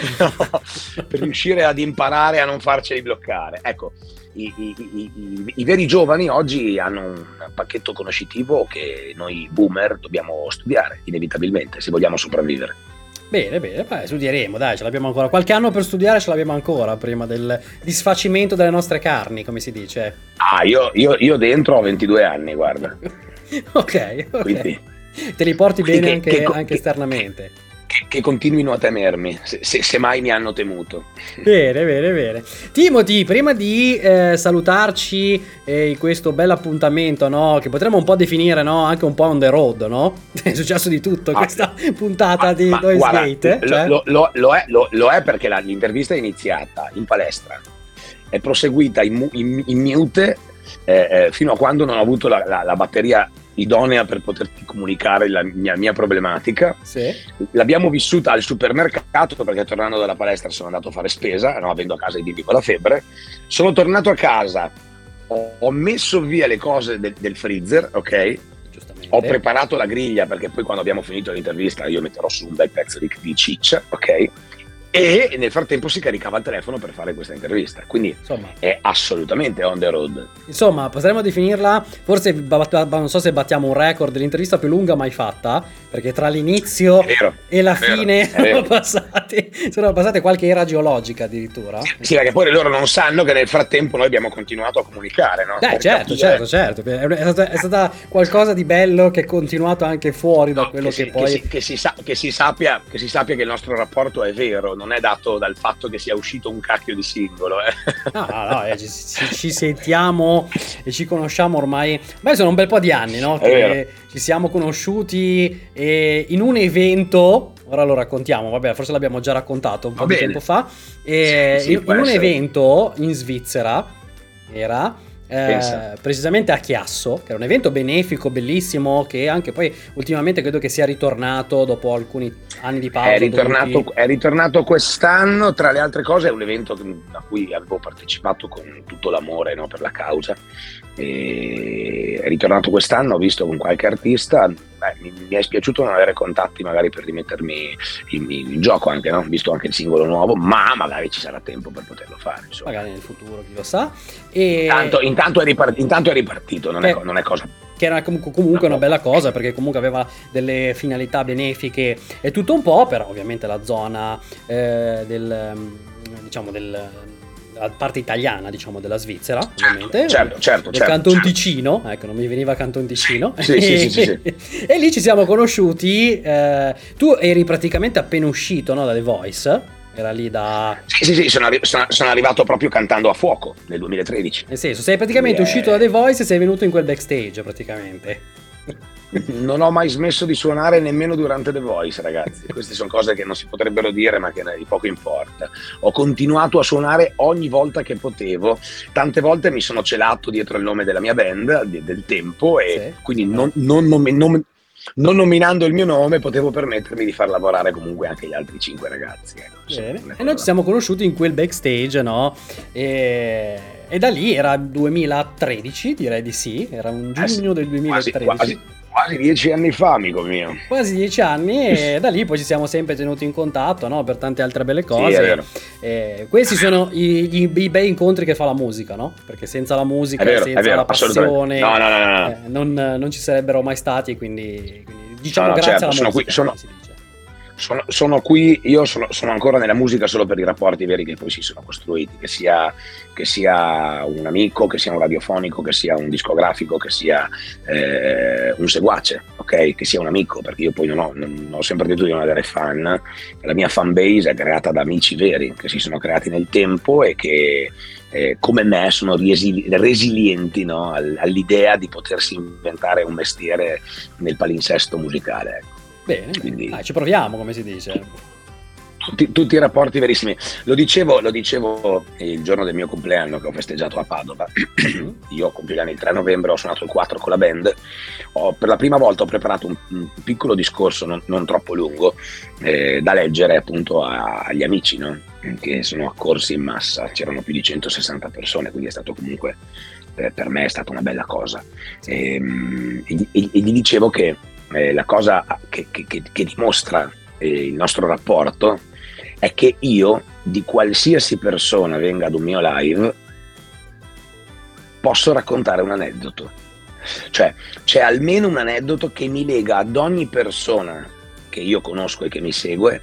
S3: Per riuscire ad imparare a non farceli bloccare, ecco. I, i, i, i, i veri giovani oggi hanno un pacchetto conoscitivo che noi boomer dobbiamo studiare inevitabilmente se vogliamo sopravvivere.
S2: Bene, bene, beh, studieremo, dai, ce l'abbiamo ancora. Qualche anno per studiare ce l'abbiamo ancora prima del disfacimento delle nostre carni, come si dice.
S3: Ah, io, io, io dentro ho ventidue anni, guarda.
S2: Ok, ok.
S3: Quindi,
S2: te li porti bene
S3: che,
S2: anche,
S3: che,
S2: anche
S3: che,
S2: esternamente.
S3: Che, che continuino a temermi, se, se, se mai mi hanno temuto.
S2: Bene, bene, bene. Timothy, prima di eh, salutarci eh, in questo bel appuntamento, no, che potremmo un po' definire, no, anche un po' on the road, no? È successo di tutto
S3: ma,
S2: questa puntata
S3: ma,
S2: di
S3: ma,
S2: Noise
S3: guarda,
S2: Gate. Eh? Cioè?
S3: Lo, lo, lo, è, lo, lo è perché la, l'intervista è iniziata in palestra, è proseguita in, in, in mute eh, eh, fino a quando non ho avuto la, la, la batteria idonea per poterti comunicare la mia, mia problematica.
S2: Sì.
S3: L'abbiamo vissuta al supermercato perché tornando dalla palestra sono andato a fare spesa, no, avendo a casa i bimbi con la febbre. Sono tornato a casa, ho, ho messo via le cose de, del freezer, ok? Ho preparato la griglia perché poi quando abbiamo finito l'intervista io metterò su un bel pezzo di, di ciccia, ok? E nel frattempo si caricava il telefono per fare questa intervista, quindi insomma è assolutamente on the road.
S2: Insomma, potremmo definirla, forse non so se battiamo un record dell'intervista più lunga mai fatta, perché tra l'inizio
S3: vero,
S2: e la
S3: vero,
S2: fine sono passate, sono passate qualche era geologica addirittura.
S3: Sì, sì, perché poi loro non sanno che nel frattempo noi abbiamo continuato a comunicare, no?
S2: Eh, certo, certo, certo, è stata, è stata qualcosa di bello che è continuato anche fuori da
S3: no,
S2: quello
S3: che,
S2: che
S3: si,
S2: poi...
S3: Che si, che, si sa, che, si sappia, che si sappia che il nostro rapporto è vero, non è dato dal fatto che sia uscito un cacchio di singolo. Eh.
S2: No, no, no, eh, ci, ci sentiamo e ci conosciamo ormai, beh, sono un bel po' di anni, no? Che ci siamo conosciuti e in un evento, ora lo raccontiamo, vabbè, forse l'abbiamo già raccontato un po' di tempo fa, e sì, sì, in, in un evento in Svizzera era... Eh, precisamente a Chiasso, che era un evento benefico bellissimo che anche poi ultimamente credo che sia ritornato dopo alcuni anni di pausa.
S3: È ritornato,
S2: dovuti...
S3: è ritornato quest'anno, tra le altre cose è un evento a cui avevo partecipato con tutto l'amore, no, per la causa, e è ritornato quest'anno, ho visto con qualche artista. Beh, mi, mi è spiaciuto non avere contatti magari per rimettermi in, in gioco anche, no? Visto anche il singolo nuovo, ma magari ci sarà tempo per poterlo fare, insomma.
S2: Magari nel futuro, chi lo sa. E...
S3: Intanto, intanto, è, ripart- intanto è ripartito, non, eh. è, non è cosa
S2: che era comunque, comunque una bella cosa, perché comunque aveva delle finalità benefiche e tutto un po', però ovviamente la zona eh, del diciamo del la parte italiana, diciamo, della Svizzera, ovviamente,
S3: certo, certo,
S2: del
S3: certo,
S2: Canton
S3: certo.
S2: Ticino, ecco, non mi veniva Canton Ticino.
S3: Sì, sì, sì, sì, sì.
S2: E lì ci siamo conosciuti, eh, tu eri praticamente appena uscito, no, da The Voice, era lì da...
S3: Sì, sì, sì, sono, arri- sono, sono arrivato proprio cantando a fuoco nel duemilatredici.
S2: Nel senso, sei praticamente
S3: Yeah.
S2: uscito da The Voice e sei venuto in quel backstage, praticamente.
S3: Non ho mai smesso di suonare nemmeno durante The Voice, ragazzi. Queste sono cose che non si potrebbero dire, ma che di poco importa. Ho continuato a suonare ogni volta che potevo. Tante volte mi sono celato dietro il nome della mia band, di- del tempo, e
S2: Sì,
S3: quindi
S2: sì.
S3: non, non, nomi- non- non nominando il mio nome potevo permettermi di far lavorare comunque anche gli altri cinque ragazzi. Ecco, insomma,
S2: Bene.
S3: una
S2: E
S3: cosa-
S2: noi ci siamo conosciuti in quel backstage, no? E, e da lì era duemilatredici, direi di sì, era un
S3: Eh sì,
S2: giugno del
S3: quasi,
S2: duemilatredici.
S3: quasi, quasi dieci anni fa, amico mio.
S2: Quasi dieci anni, e da lì poi ci siamo sempre tenuti in contatto, no? Per tante altre belle cose.
S3: Sì, è vero.
S2: E questi sono i, i- i bei incontri che fa la musica, no? Perché senza la musica,
S3: È vero,
S2: senza
S3: è vero,
S2: la passione,
S3: assolutamente. No, no, no, no, no.
S2: eh, non, non ci sarebbero mai stati, quindi, quindi diciamo
S3: No, no,
S2: grazie
S3: certo,
S2: alla
S3: sono
S2: musica,
S3: qui- sono-
S2: come si dice.
S3: Sono, sono qui, io sono, sono ancora nella musica solo per i rapporti veri che poi si sono costruiti, che sia, che sia un amico, che sia un radiofonico, che sia un discografico, che sia eh, un seguace, ok? Che sia un amico, perché io poi non ho, non ho sempre detto di non avere fan. La mia fan base è creata da amici veri, che si sono creati nel tempo e che eh, come me sono resili- resilienti, no? All- all'idea di potersi inventare un mestiere nel palinsesto musicale, ecco.
S2: Bene,
S3: Quindi-
S2: dai, ci proviamo, come si dice.
S3: Tutti, tutti i rapporti verissimi. Lo dicevo, lo dicevo il giorno del mio compleanno che ho festeggiato a Padova. Io compio gli anni il tre novembre, ho suonato il quattro con la band. Ho, per la prima volta ho preparato un, un piccolo discorso, non, non troppo lungo, eh, da leggere appunto a- agli amici, no? Che sono accorsi in massa. C'erano più di centosessanta persone, quindi è stato comunque, per, per me è stata una bella cosa. E, e, e gli dicevo che eh, la cosa che, che, che, che dimostra eh, il nostro rapporto è che io di qualsiasi persona venga ad un mio live posso raccontare un aneddoto, cioè c'è almeno un aneddoto che mi lega ad ogni persona che io conosco e che mi segue,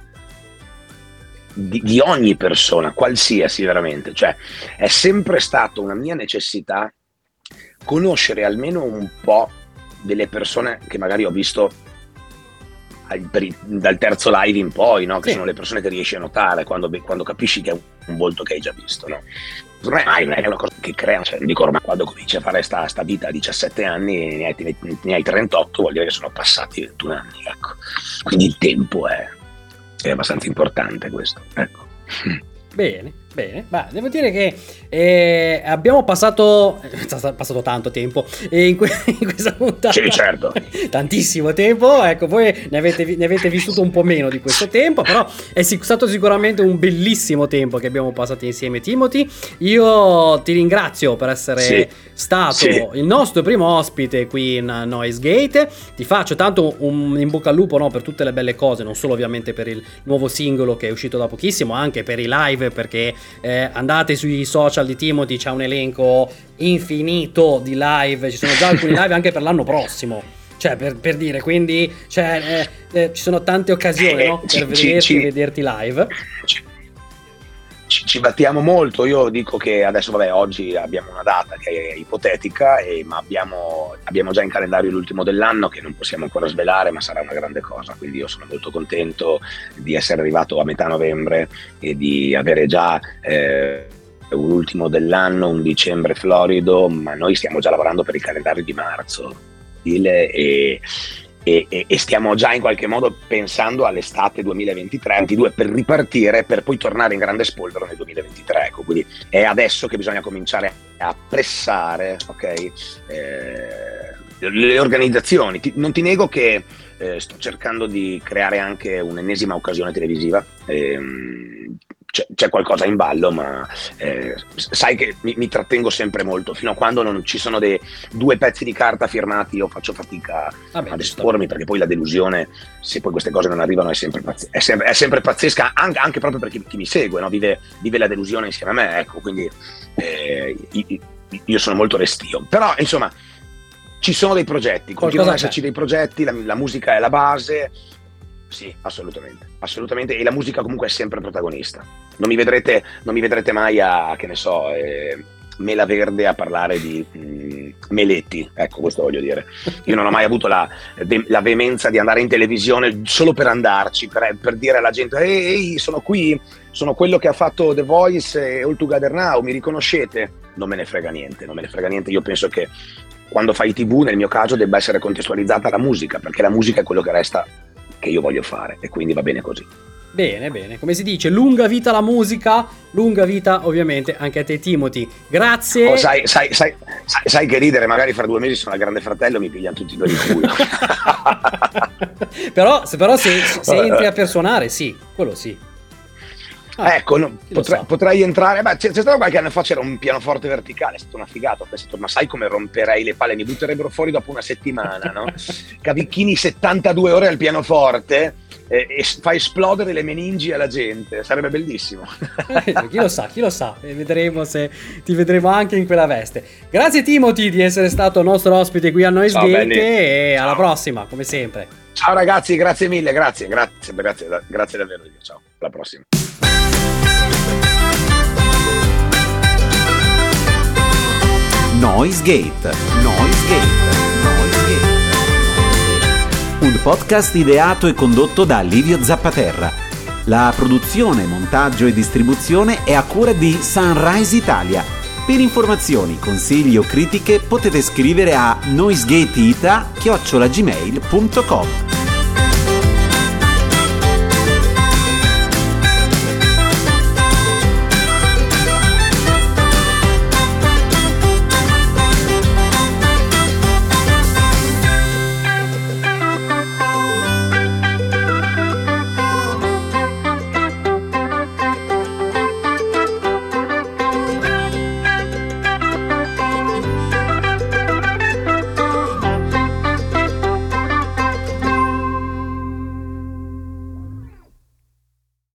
S3: di, di ogni persona, qualsiasi veramente, cioè è sempre stata una mia necessità conoscere almeno un po' delle persone che magari ho visto al- per i- dal terzo live in poi, no? Che
S2: Sì.
S3: sono le persone che riesci a notare quando, quando capisci che è un, un volto che hai già visto, no? Non è mai non è una cosa che crea, cioè, dico ormai quando cominci a fare sta, sta vita a diciassette anni e ne hai, ne, ne hai trentotto, vuol dire che sono passati ventuno anni, ecco. Quindi il tempo è, è abbastanza importante questo, ecco.
S2: Bene, bene. Beh, devo dire che eh, abbiamo passato è passato tanto tempo eh, in, que- in questa puntata.
S3: Sì, certo.
S2: Tantissimo tempo. Ecco, voi ne avete, vi- ne avete vissuto un po' meno di questo tempo, però è sic- stato sicuramente un bellissimo tempo che abbiamo passato insieme, Timothy. Io ti ringrazio per essere
S3: Sì.
S2: stato
S3: Sì.
S2: il nostro primo ospite qui in Noise Gate. Ti faccio tanto un in bocca al lupo, no, per tutte le belle cose, non solo ovviamente per il nuovo singolo che è uscito da pochissimo, anche per i live, perché eh, andate sui social di Timothy, c'è un elenco infinito di live, ci sono già alcuni live anche per l'anno prossimo. Cioè, per, per dire, quindi cioè, eh, eh, ci sono tante occasioni,
S3: Eh,
S2: no?
S3: ci-
S2: Per
S3: ci-
S2: vederti
S3: ci-
S2: e vederti live.
S3: Ci, ci- ci battiamo molto. Io dico che adesso, vabbè, oggi abbiamo una data che è ipotetica, e, ma abbiamo, abbiamo già in calendario l'ultimo dell'anno che non possiamo ancora svelare, ma sarà una grande cosa. Quindi io sono molto contento di essere arrivato a metà novembre e di avere già eh, un ultimo dell'anno, un dicembre florido, ma noi stiamo già lavorando per il calendario di marzo e, e, e stiamo già in qualche modo pensando all'estate duemilaventitré ventidue per ripartire, per poi tornare in grande spolvero nel duemilaventitré. Ecco, quindi è adesso che bisogna cominciare a pressare, ok, eh, le organizzazioni. Ti- non ti nego che eh, sto cercando di creare anche un'ennesima occasione televisiva. ehm, c'è, c'è qualcosa in ballo, ma eh, sai che mi, mi trattengo sempre molto. Fino a quando non ci sono dei due pezzi di carta firmati, io faccio fatica
S2: Vabbè,
S3: ad
S2: giusto.
S3: espormi, perché poi la delusione, se poi queste cose non arrivano, è sempre, pazz- è sempre, è sempre pazzesca, anche, anche proprio per chi, chi mi segue, no? vive, vive la delusione insieme a me, ecco. Quindi eh, io, io sono molto restio, però insomma ci sono dei progetti, continuano
S2: Qualcosa
S3: ad esserci
S2: c'è.
S3: dei progetti, la, la musica è la base, sì, assolutamente, assolutamente, e la musica comunque è sempre protagonista. Non mi vedrete, non mi vedrete mai a, che ne so, eh, Mela Verde a parlare di mh, Meletti, ecco, questo voglio dire. Io non ho mai avuto la, la veemenza di andare in televisione solo per andarci, per, per dire alla gente ehi, ehi, sono qui, sono quello che ha fatto The Voice e All Together Now, mi riconoscete? Non me ne frega niente, non me ne frega niente. Io penso che quando fai tivù, nel mio caso, debba essere contestualizzata la musica, perché la musica è quello che resta, che io voglio fare, e quindi va bene così.
S2: Bene, bene, come si dice, lunga vita alla musica, lunga vita ovviamente anche a te Timothy, grazie.
S3: Oh, sai, sai, sai, sai, sai che ridere, magari fra due mesi sono al Grande Fratello, mi pigliano tutti per il culo.
S2: però, se, però se, se entri a per suonare, sì, quello sì. Ah,
S3: ecco, no, potrei, so. potrei entrare. Beh, c'è, c'è stato qualche anno fa, c'era un pianoforte verticale, è stata una figata. Ho pensato, ma sai come romperei le palle? Mi butterebbero fuori dopo una settimana, no? Cavicchini settantadue ore al pianoforte e, e fa esplodere le meningi alla gente, sarebbe bellissimo.
S2: Eh, chi lo sa, chi lo sa, e vedremo se ti vedremo anche in quella veste. Grazie Timothy di essere stato nostro ospite qui a Noise
S3: Ciao,
S2: Gate
S3: belli.
S2: e
S3: Ciao.
S2: alla prossima, come sempre.
S3: Ciao ragazzi, grazie mille, grazie, grazie, grazie, grazie davvero. Ciao, alla prossima.
S1: Noise Gate, Noise Gate, Noise Gate. Un podcast ideato e condotto da Livio Zappaterra. La produzione, montaggio e distribuzione è a cura di Sunrise Italia. Per informazioni, consigli o critiche potete scrivere a noisegateita chiocciola gmail punto com.